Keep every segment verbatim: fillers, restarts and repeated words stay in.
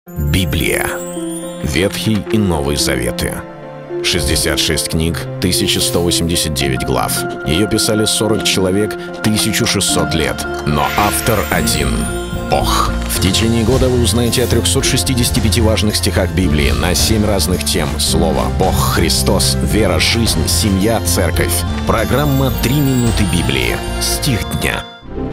Библия. Ветхий и Новый Заветы. шестьдесят шесть книг, тысяча сто восемьдесят девять глав. Ее писали сорок человек, тысяча шестьсот лет. Но автор один — Бог. В течение года вы узнаете о трёхстах шестидесяти пяти важных стихах Библии на семь разных тем. Слово, Бог, Христос, вера, жизнь, семья, церковь. Программа «Три минуты Библии». Стих дня.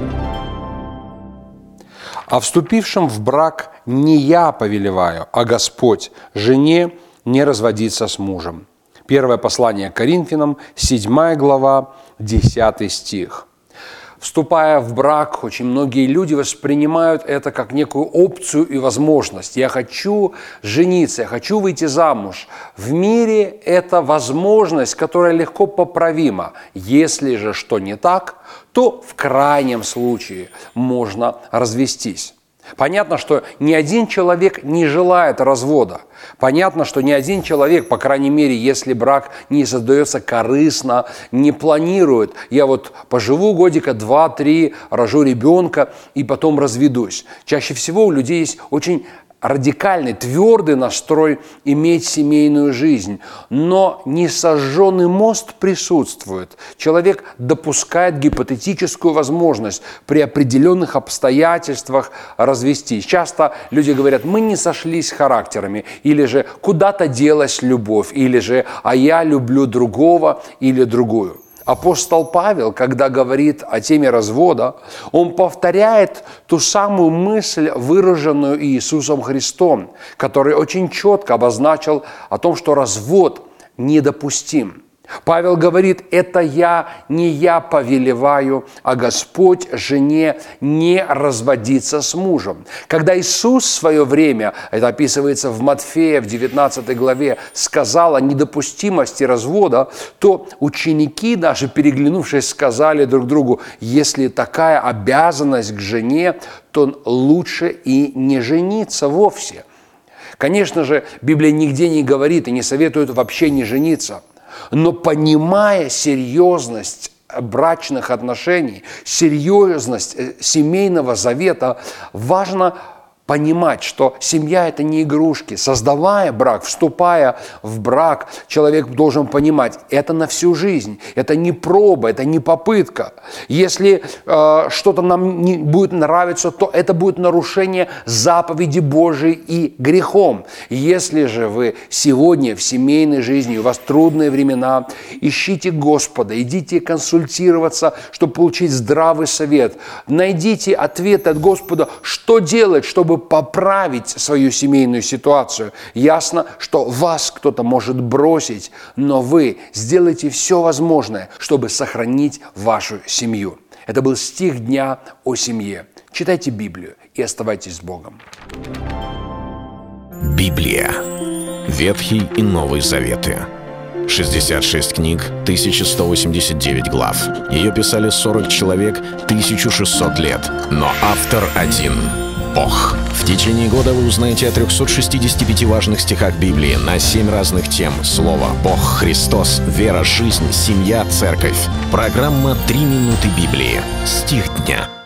«А вступившим в брак не я повелеваю, а Господь, жене не разводиться с мужем». Первое послание к Коринфянам, седьмая глава, десятый стих. Вступая в брак, очень многие люди воспринимают это как некую опцию и возможность. Я хочу жениться, я хочу выйти замуж. В мире это возможность, которая легко поправима. Если же что не так, то в крайнем случае можно развестись. Понятно, что ни один человек не желает развода. Понятно, что ни один человек, по крайней мере, если брак не создается корыстно, не планирует. Я вот поживу годика два-три, рожу ребенка и потом разведусь. Чаще всего у людей есть очень радикальный, твердый настрой иметь семейную жизнь. Но несожженный мост присутствует. Человек допускает гипотетическую возможность при определенных обстоятельствах развестись. Часто люди говорят: мы не сошлись характерами, или же куда-то делась любовь, или же а я люблю другого или другую. Апостол Павел, когда говорит о теме развода, он повторяет ту самую мысль, выраженную Иисусом Христом, который очень четко обозначил о том, что развод недопустим. Павел говорит: это я, не я повелеваю, а Господь жене не разводиться с мужем. Когда Иисус в свое время, это описывается в Матфея в девятнадцатой главе, сказал о недопустимости развода, то ученики, даже переглянувшись, сказали друг другу: если такая обязанность к жене, то лучше и не жениться вовсе. Конечно же, Библия нигде не говорит и не советует вообще не жениться. Но понимая серьезность брачных отношений, серьезность семейного завета, важно понимать, что семья – это не игрушки. Создавая брак, вступая в брак, человек должен понимать, это на всю жизнь, это не проба, это не попытка. Если э, что-то нам не будет нравиться, то это будет нарушение заповеди Божией и грехом. Если же вы сегодня в семейной жизни, у вас трудные времена, ищите Господа, идите консультироваться, чтобы получить здравый совет. Найдите ответ от Господа, что делать, чтобы поправить свою семейную ситуацию. Ясно, что вас кто-то может бросить, но вы сделаете все возможное, чтобы сохранить вашу семью. Это был стих дня о семье. Читайте Библию и оставайтесь с Богом. Библия. Ветхий и Новый Заветы. шестьдесят шесть книг, тысяча сто восемьдесят девять глав. Ее писали сорок человек, тысяча шестьсот лет. Но автор один — Бог. В течение года вы узнаете о трёхстах шестидесяти пяти важных стихах Библии на семь разных тем. Слово, Бог, Христос, вера, жизнь, семья, церковь. Программа «Три минуты Библии». Стих дня.